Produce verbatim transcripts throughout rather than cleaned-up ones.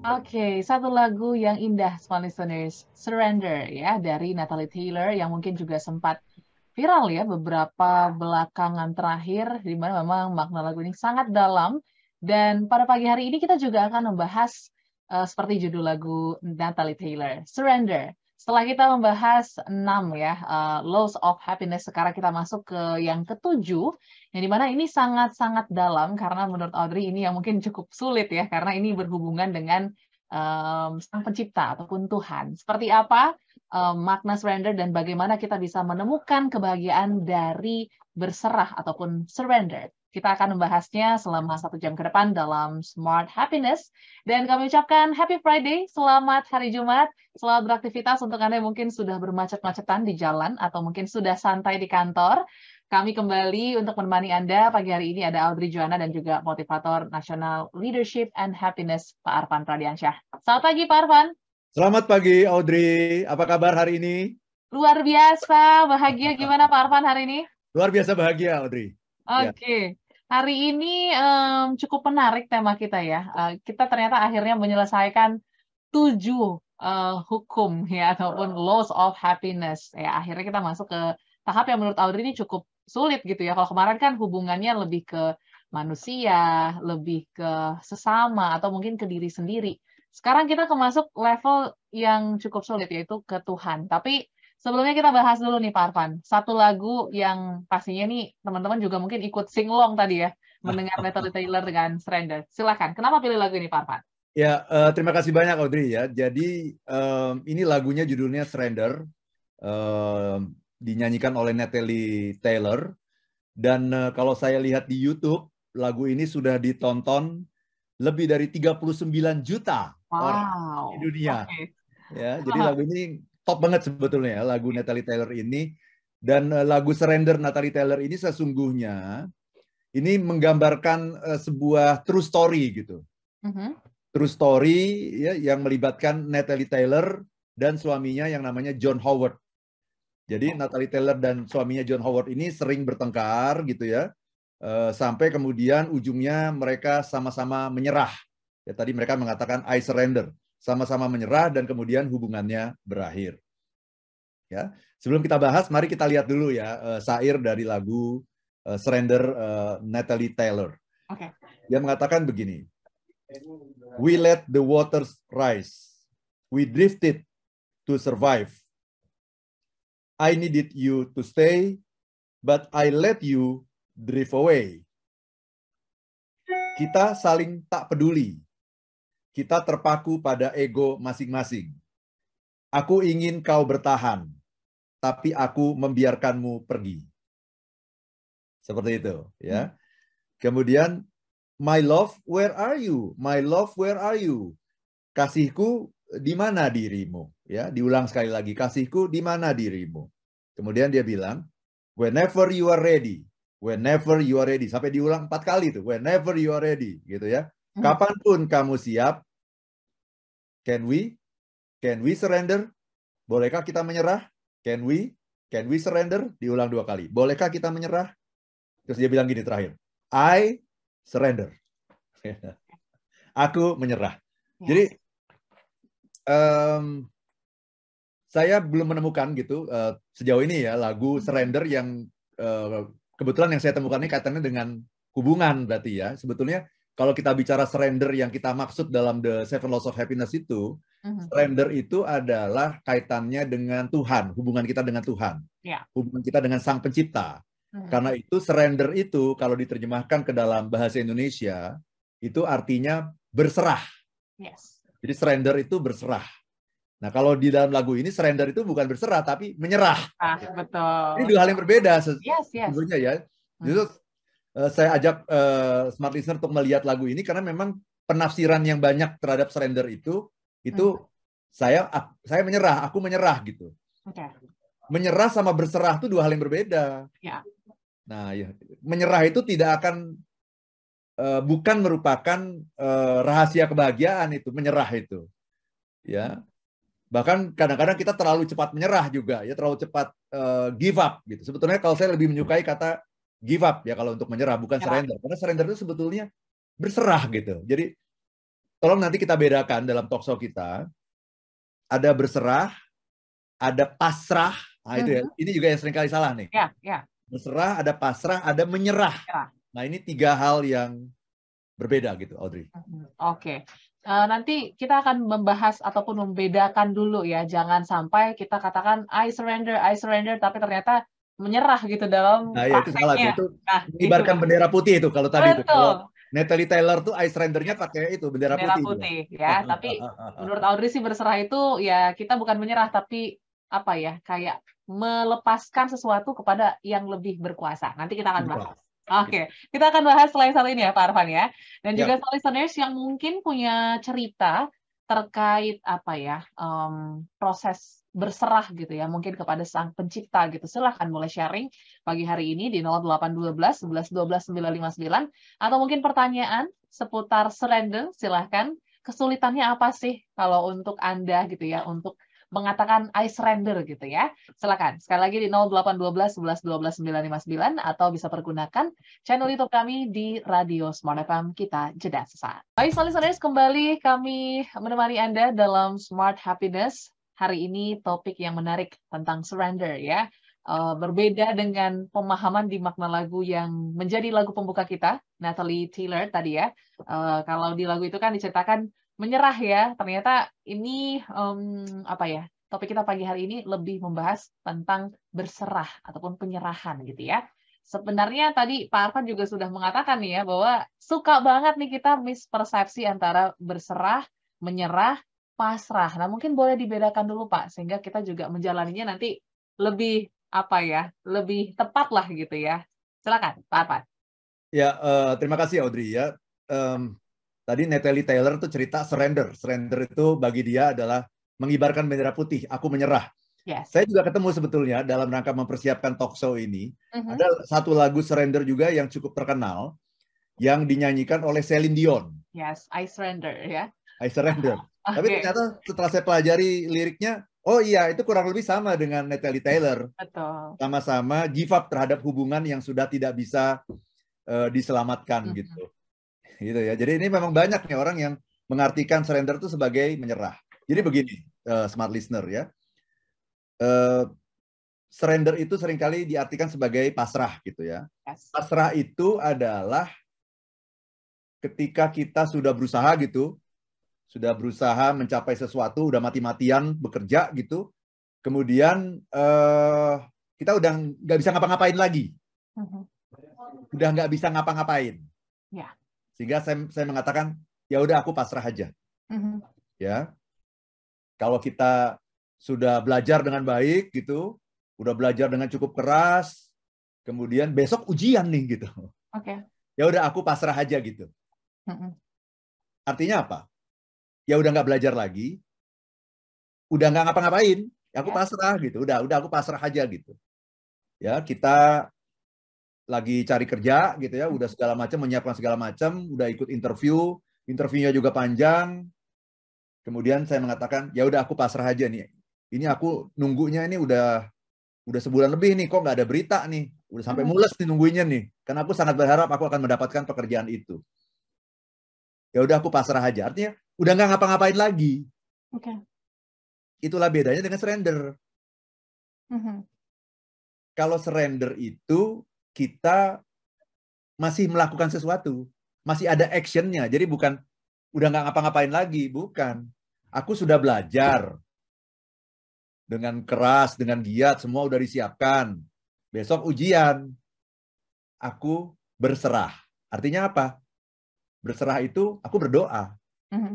Oke, satu lagu yang indah, small listeners, Surrender ya dari Natalie Taylor yang mungkin juga sempat viral ya beberapa belakangan terakhir di mana memang makna lagu ini sangat dalam dan pada pagi hari ini kita juga akan membahas eh, seperti judul lagu Natalie Taylor, Surrender. Setelah kita membahas enam ya, eh, Laws of Happiness, sekarang kita masuk ke yang ketujuh, yang dimana ini sangat-sangat dalam karena menurut Audrey ini yang mungkin cukup sulit ya, karena ini berhubungan dengan em, Sang Pencipta ataupun Tuhan. Seperti apa em, makna surrender dan bagaimana kita bisa menemukan kebahagiaan dari berserah ataupun surrender. Kita akan membahasnya selama satu jam ke depan dalam Smart Happiness. Dan kami ucapkan Happy Friday, selamat hari Jumat, selamat beraktivitas untuk Anda yang mungkin sudah bermacet-macetan di jalan atau mungkin sudah santai di kantor. Kami kembali untuk menemani Anda pagi hari ini ada Audrey Joanna dan juga motivator nasional Leadership and Happiness Pak Arfan Pradiansyah. Selamat pagi Pak Arfan. Selamat pagi Audrey, apa kabar hari ini? Luar biasa, bahagia gimana Pak Arfan hari ini? Luar biasa bahagia Audrey. Oke, okay. Hari ini um, cukup menarik tema kita ya. Uh, kita ternyata akhirnya menyelesaikan tujuh uh, hukum ya ataupun laws of happiness. Ya, akhirnya kita masuk ke tahap yang menurut Audrey ini cukup sulit gitu ya. Kalau kemarin kan hubungannya lebih ke manusia, lebih ke sesama atau mungkin ke diri sendiri. Sekarang kita ke masuk level yang cukup sulit yaitu ke Tuhan. Tapi sebelumnya kita bahas dulu nih Pak Arfan. Satu lagu yang pastinya nih teman-teman juga mungkin ikut singlong tadi ya mendengar Natalie Taylor dengan Surrender. Silakan. Kenapa pilih lagu ini Pak Arfan? Ya, uh, terima kasih banyak Audrey ya. Jadi um, ini lagunya judulnya Surrender, um, dinyanyikan oleh Natalie Taylor. Dan uh, kalau saya lihat di YouTube, lagu ini sudah ditonton lebih dari tiga puluh sembilan juta wow. orang di dunia. Okay. Ya, jadi lagu ini top banget sebetulnya ya, lagu Natalie Taylor ini. Dan uh, lagu Surrender Natalie Taylor ini sesungguhnya ini menggambarkan uh, sebuah true story gitu. Uh-huh. True story ya, yang melibatkan Natalie Taylor dan suaminya yang namanya John Howard. Jadi Natalie Taylor dan suaminya John Howard ini sering bertengkar gitu ya, uh, sampai kemudian ujungnya mereka sama-sama menyerah. Ya, tadi mereka mengatakan I surrender, sama-sama menyerah dan kemudian hubungannya berakhir. Ya, sebelum kita bahas, mari kita lihat dulu ya uh, syair dari lagu uh, Surrender uh, Natalie Taylor. Okay. Dia mengatakan begini. We let the waters rise. We drifted to survive. I needed you to stay, but I let you drift away. Kita saling tak peduli. Kita terpaku pada ego masing-masing. Aku ingin kau bertahan, tapi aku membiarkanmu pergi. Seperti itu, ya. Kemudian, my love, where are you? My love, where are you? Kasihku, di mana dirimu? Ya, diulang sekali lagi. Kasihku, di mana dirimu? Kemudian dia bilang, whenever you are ready. Whenever you are ready. Sampai diulang empat kali tuh. Whenever you are ready, gitu ya. Kapanpun kamu siap. Can we? Can we surrender? Bolehkah kita menyerah? Can we? Can we surrender? Diulang dua kali. Bolehkah kita menyerah? Terus dia bilang gini terakhir. I surrender. Aku menyerah. Yes. Jadi um, saya belum menemukan gitu uh, sejauh ini ya lagu surrender yang uh, kebetulan yang saya temukan ini kaitannya dengan hubungan berarti ya. Sebetulnya kalau kita bicara surrender yang kita maksud dalam The Seven Laws of Happiness itu, uh-huh. surrender itu adalah kaitannya dengan Tuhan, hubungan kita dengan Tuhan, yeah. hubungan kita dengan Sang Pencipta. Uh-huh. Karena itu surrender itu kalau diterjemahkan ke dalam bahasa Indonesia itu artinya berserah. Yes. Jadi surrender itu berserah. Nah kalau di dalam lagu ini surrender itu bukan berserah tapi menyerah. Ah, betul. Ini dua hal yang berbeda yes, yes. sebetulnya ya. Justru hmm. uh, saya ajak uh, smart listener untuk melihat lagu ini karena memang penafsiran yang banyak terhadap surrender itu itu hmm. saya saya menyerah, aku menyerah gitu. Okay. Menyerah sama berserah itu dua hal yang berbeda. Ya. Nah ya menyerah itu tidak akan uh, bukan merupakan uh, rahasia kebahagiaan itu menyerah itu. Ya. Bahkan kadang-kadang kita terlalu cepat menyerah juga, ya terlalu cepat uh, give up gitu. Sebetulnya kalau saya lebih menyukai kata give up ya kalau untuk menyerah, bukan surrender. Karena surrender itu sebetulnya berserah gitu. Jadi tolong nanti kita bedakan dalam talkshow kita. Ada berserah, ada pasrah. Nah, itu ya. Ini juga yang sering kali salah nih. Ya, ya. Berserah, ada pasrah, ada menyerah. Ya. Nah, ini tiga hal yang berbeda gitu, Audrey. Oke. Okay. Uh, nanti kita akan membahas ataupun membedakan dulu ya. Jangan sampai kita katakan I surrender, I surrender, tapi ternyata menyerah gitu dalam nah, ya, itu salah tuh. Itu nah, mengibarkan itu. bendera putih itu kalau tadi itu. Kalau Betul. Natalie Taylor tuh I surrender-nya pakai itu bendera, bendera putih. putih ya. Tapi menurut Audrey sih berserah itu ya kita bukan menyerah tapi apa ya kayak melepaskan sesuatu kepada yang lebih berkuasa. Nanti kita akan bahas. Oke, okay. Kita akan bahas selain hal ini ya Pak Arfan ya. Dan juga ya. Listeners yang mungkin punya cerita terkait apa ya um, proses berserah gitu ya mungkin kepada sang pencipta gitu, silahkan boleh sharing pagi hari ini di nol delapan satu dua sebelas dua belas sembilan lima sembilan atau mungkin pertanyaan seputar surrender, silahkan kesulitannya apa sih kalau untuk Anda gitu ya untuk mengatakan I surrender gitu ya. Silakan. Sekali lagi di nol delapan satu dua sebelas dua belas sembilan lima sembilan atau bisa pergunakan channel YouTube kami di Radio Smart F M. Kita jeda sesaat. Baik, listeners, kembali kami menemani Anda dalam Smart Happiness. Hari ini topik yang menarik tentang surrender ya. Uh, berbeda dengan pemahaman di makna lagu yang menjadi lagu pembuka kita, Natalie Taylor tadi ya. Uh, kalau di lagu itu kan diceritakan menyerah ya, ternyata ini um, apa ya, topik kita pagi hari ini lebih membahas tentang berserah ataupun penyerahan gitu ya. Sebenarnya tadi Pak Arfan juga sudah mengatakan nih ya, bahwa suka banget nih kita mispersepsi antara berserah, menyerah, pasrah. Nah mungkin boleh dibedakan dulu Pak, sehingga kita juga menjalaninya nanti lebih apa ya, lebih tepat lah gitu ya. Silakan Pak Arfan. Ya, uh, terima kasih Audrey ya. Um, Tadi Natalie Taylor tuh cerita surrender. Surrender itu bagi dia adalah mengibarkan bendera putih. Aku menyerah. Yes. Saya juga ketemu sebetulnya dalam rangka mempersiapkan talk show ini. Uh-huh. Ada satu lagu surrender juga yang cukup terkenal yang dinyanyikan oleh Celine Dion. Yes, I surrender ya. I surrender. Uh-huh. Tapi okay. Ternyata setelah saya pelajari liriknya, oh iya itu kurang lebih sama dengan Natalie Taylor. Betul. Sama-sama give up terhadap hubungan yang sudah tidak bisa uh, diselamatkan uh-huh. gitu. Gitu ya. Jadi ini memang banyak nih orang yang mengartikan surrender itu sebagai menyerah. Jadi begini, uh, smart listener ya. Uh, surrender itu seringkali diartikan sebagai pasrah gitu ya. Yes. Pasrah itu adalah ketika kita sudah berusaha gitu, sudah berusaha mencapai sesuatu, udah mati-matian bekerja gitu, kemudian uh, kita udah nggak bisa ngapa-ngapain lagi. Uh-huh. Udah nggak bisa ngapa-ngapain. Yeah. Sehingga saya, saya mengatakan, ya udah aku pasrah aja. Mm-hmm. Ya, kalau kita sudah belajar dengan baik gitu, udah belajar dengan cukup keras, kemudian besok ujian nih gitu. Oke. Okay. Ya udah aku pasrah aja gitu. Mm-hmm. Artinya apa? Ya udah nggak belajar lagi, udah nggak ngapa-ngapain, ya aku yeah. pasrah gitu. Udah, udah aku pasrah aja gitu. Ya kita lagi cari kerja gitu ya, udah segala macam, menyiapkan segala macam, udah ikut interview, interviewnya juga panjang. Kemudian saya mengatakan, ya udah aku pasrah aja nih. Ini aku nunggunya ini udah udah sebulan lebih nih, kok nggak ada berita nih. Udah sampai mules nih nungguinnya nih. Karena aku sangat berharap aku akan mendapatkan pekerjaan itu. Ya udah aku pasrah aja. Artinya udah nggak ngapa-ngapain lagi. Oke. Okay. Itulah bedanya dengan surrender. Mm-hmm. Kalau surrender itu kita masih melakukan sesuatu, masih ada actionnya. Jadi bukan udah nggak ngapa-ngapain lagi, bukan. Aku sudah belajar dengan keras, dengan giat, semua udah disiapkan. Besok ujian, aku berserah. Artinya apa? Berserah itu aku berdoa, mm-hmm.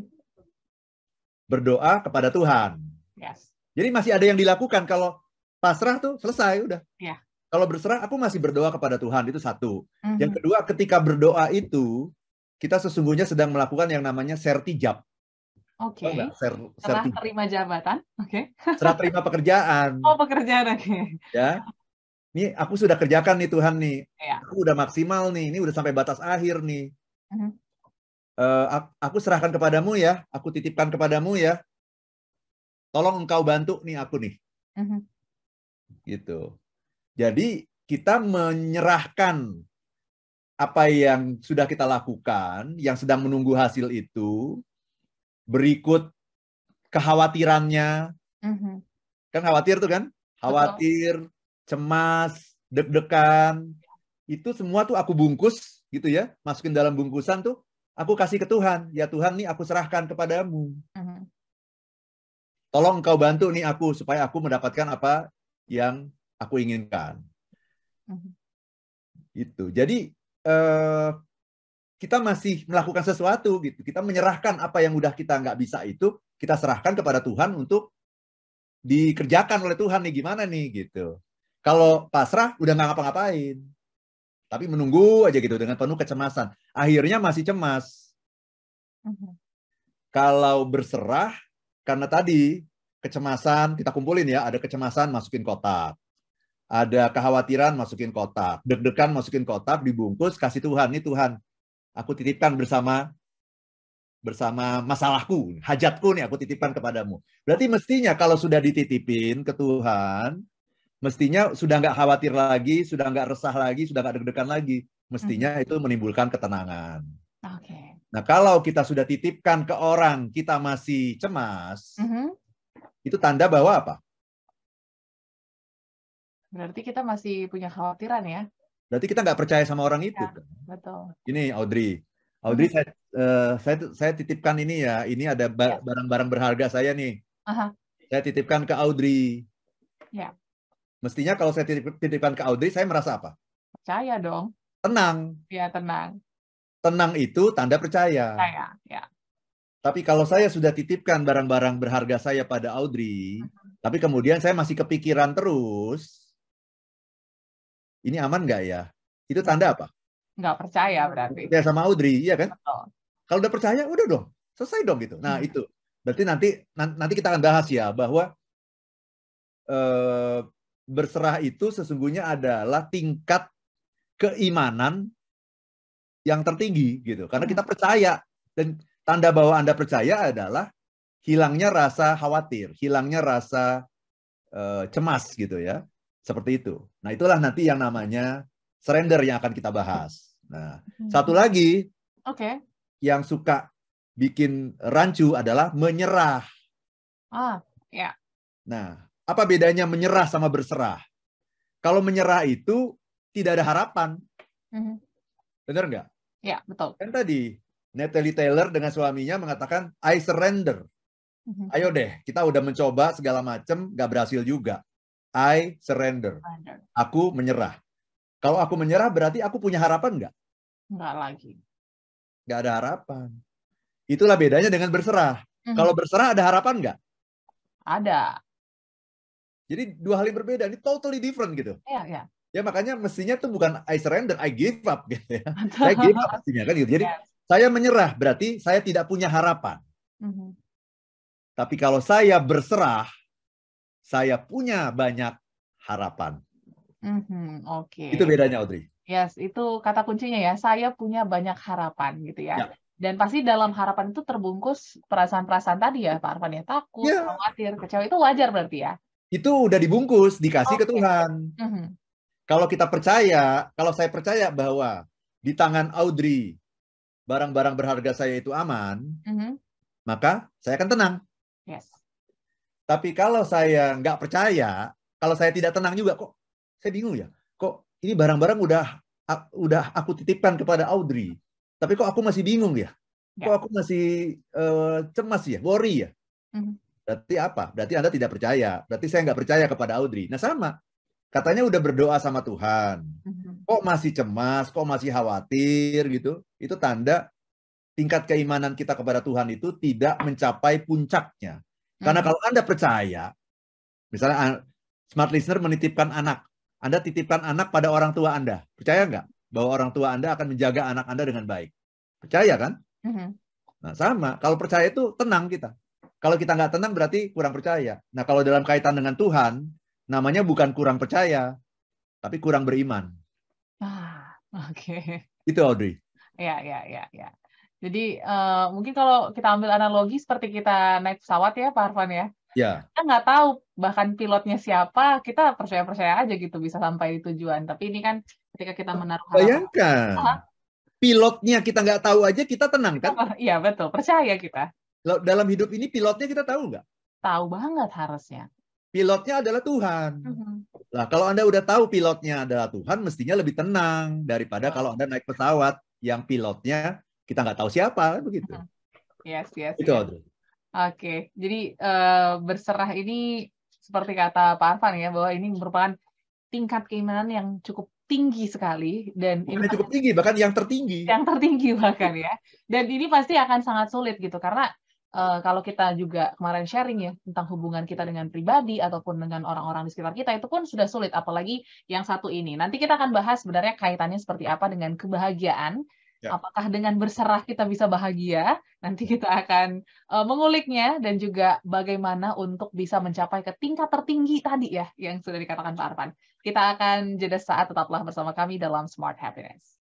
berdoa kepada Tuhan. Yes. Jadi masih ada yang dilakukan. Kalau pasrah tuh selesai udah. Yeah. Kalau berserah, aku masih berdoa kepada Tuhan, itu satu. Mm-hmm. Yang kedua, ketika berdoa itu, kita sesungguhnya sedang melakukan yang namanya sertijab. Oke. Okay. Ser, serah terima jabatan. Oke. Okay. Serah terima pekerjaan. Oh, pekerjaan, oke. Okay. Ya. Ini aku sudah kerjakan nih Tuhan nih. Yeah. Aku udah maksimal nih, ini udah sampai batas akhir nih. Mm-hmm. Uh, aku serahkan kepadamu ya, aku titipkan kepadamu ya. Tolong engkau bantu nih aku nih. Mm-hmm. Gitu. Jadi kita menyerahkan apa yang sudah kita lakukan, yang sedang menunggu hasil itu, berikut kekhawatirannya. Mhm. Kan khawatir tuh kan? Khawatir, cemas, deg-degan. Itu semua tuh aku bungkus gitu ya, masukin dalam bungkusan tuh, aku kasih ke Tuhan. Ya Tuhan nih aku serahkan kepadamu. Mhm. Tolong engkau bantu nih aku supaya aku mendapatkan apa yang aku inginkan. Mhm. Itu. Jadi eh, kita masih melakukan sesuatu gitu. Kita menyerahkan apa yang udah kita nggak bisa itu, kita serahkan kepada Tuhan untuk dikerjakan oleh Tuhan nih gimana nih gitu. Kalau pasrah udah nggak ngapa-ngapain, tapi menunggu aja gitu dengan penuh kecemasan. Akhirnya masih cemas. Mhm. Kalau berserah, karena tadi kecemasan kita kumpulin ya, ada kecemasan masukin kotak, ada kekhawatiran masukin kotak, deg-degan masukin kotak, dibungkus, kasih Tuhan. Ini Tuhan, aku titipkan bersama bersama masalahku, hajatku nih aku titipkan kepadamu. Berarti mestinya kalau sudah dititipin ke Tuhan, mestinya sudah nggak khawatir lagi, sudah nggak resah lagi, sudah nggak deg-degan lagi. Mestinya itu menimbulkan ketenangan. Oke. Okay. Nah, kalau kita sudah titipkan ke orang, kita masih cemas, Mm-hmm. itu tanda bahwa apa? Berarti kita masih punya khawatiran ya? Berarti kita nggak percaya sama orang itu. Ya, Kan? betul. Ini Audrey. Audrey, mm-hmm. saya, uh, saya, saya titipkan ini ya. Ini ada ba- barang-barang berharga saya nih. Aha. Saya titipkan ke Audrey. Ya. Mestinya kalau saya titip, titipkan ke Audrey, saya merasa apa? Percaya dong. Tenang. Ya, tenang. Tenang itu tanda percaya. Percaya, ya. Tapi kalau saya sudah titipkan barang-barang berharga saya pada Audrey, uh-huh. tapi kemudian saya masih kepikiran terus, ini aman nggak ya? Itu tanda apa? Nggak percaya berarti. Percaya sama Audrey, iya kan? Betul. Kalau udah percaya, udah dong. Selesai dong gitu. Nah, hmm. itu. Berarti nanti nanti kita akan bahas ya, bahwa eh, berserah itu sesungguhnya adalah tingkat keimanan yang tertinggi gitu. Karena kita percaya, dan tanda bahwa Anda percaya adalah hilangnya rasa khawatir, hilangnya rasa uh, cemas gitu ya. Seperti itu. Nah, itulah nanti yang namanya surrender yang akan kita bahas. Nah, hmm. satu lagi okay. yang suka bikin rancu adalah menyerah. Ah, ya. Nah, apa bedanya menyerah sama berserah? Kalau menyerah itu tidak ada harapan. Mm-hmm. Benar nggak? Ya, betul. Kan tadi Natalie Taylor dengan suaminya mengatakan, I surrender. Mm-hmm. Ayo deh, kita udah mencoba segala macam, nggak berhasil juga. I surrender. surrender. Aku menyerah. Kalau aku menyerah berarti aku punya harapan nggak? Nggak lagi. Nggak ada harapan. Itulah bedanya dengan berserah. Mm-hmm. Kalau berserah ada harapan nggak? Ada. Jadi dua hal yang berbeda. Ini totally different gitu. Iya, iya. Ya makanya mestinya tuh bukan I surrender, I give up gitu ya. Saya give up mestinya kan gitu. Jadi yes. saya menyerah berarti saya tidak punya harapan. Mm-hmm. Tapi kalau saya berserah, saya punya banyak harapan. Mm-hmm. Oke. Okay. Itu bedanya, Audrey. Yes, itu kata kuncinya ya. Saya punya banyak harapan gitu ya. ya. Dan pasti dalam harapan itu terbungkus perasaan-perasaan tadi ya, Pak Arfan ya. Takut, ya. Khawatir, kecewa. Itu wajar berarti ya? Itu udah dibungkus, dikasih okay. ke Tuhan. Mm-hmm. Kalau kita percaya, kalau saya percaya bahwa di tangan Audrey barang-barang berharga saya itu aman, mm-hmm. maka saya akan tenang. Yes. Tapi kalau saya nggak percaya, kalau saya tidak tenang juga, kok saya bingung ya, kok ini barang-barang udah udah aku titipkan kepada Audrey, tapi kok aku masih bingung ya, kok yeah. aku masih uh, cemas ya, worry ya. Mm-hmm. Berarti apa? Berarti Anda tidak percaya. Berarti saya nggak percaya kepada Audrey. Nah sama. Katanya udah berdoa sama Tuhan. Kok masih cemas, kok masih khawatir gitu. Itu tanda tingkat keimanan kita kepada Tuhan itu tidak mencapai puncaknya. Karena kalau Anda percaya, misalnya smart listener menitipkan anak. Anda titipkan anak pada orang tua Anda. Percaya nggak bahwa orang tua Anda akan menjaga anak Anda dengan baik? Percaya kan? Nah sama. Kalau percaya itu tenang kita. Kalau kita nggak tenang berarti kurang percaya. Nah kalau dalam kaitan dengan Tuhan, namanya bukan kurang percaya, tapi kurang beriman. Ah, oke. Okay. Itu Audrey. Ya, ya, ya, ya. Jadi uh, mungkin kalau kita ambil analogi seperti kita naik pesawat ya, Pak Arfan ya. Ya. Kita nggak tahu bahkan pilotnya siapa, kita percaya-percaya aja gitu bisa sampai di tujuan. Tapi ini kan ketika kita menaruh harapan. Bayangkan, ah. pilotnya kita nggak tahu aja kita tenang kan? Iya betul, percaya kita. Loh, dalam hidup ini pilotnya kita tahu nggak? Tahu banget harusnya. Pilotnya adalah Tuhan. Mhm. Nah, kalau Anda udah tahu pilotnya adalah Tuhan, mestinya lebih tenang daripada kalau Anda naik pesawat yang pilotnya kita nggak tahu siapa, begitu. Mhm. Yes, yes, Itu, yes. Audrey. Oke, jadi eh, berserah ini seperti kata Pak Arfan ya, bahwa ini merupakan tingkat keimanan yang cukup tinggi sekali dan ini Bukan cukup tinggi, bahkan yang tertinggi. yang tertinggi bahkan ya. Dan ini pasti akan sangat sulit gitu karena uh, kalau kita juga kemarin sharing ya tentang hubungan kita dengan pribadi ataupun dengan orang-orang di sekitar kita itu pun sudah sulit, apalagi yang satu ini. Nanti kita akan bahas sebenarnya kaitannya seperti apa dengan kebahagiaan. Ya. Apakah dengan berserah kita bisa bahagia? Nanti kita akan uh, menguliknya dan juga bagaimana untuk bisa mencapai ke tingkat tertinggi tadi ya yang sudah dikatakan Pak Arfan. Kita akan jeda saat, tetaplah bersama kami dalam Smart Happiness.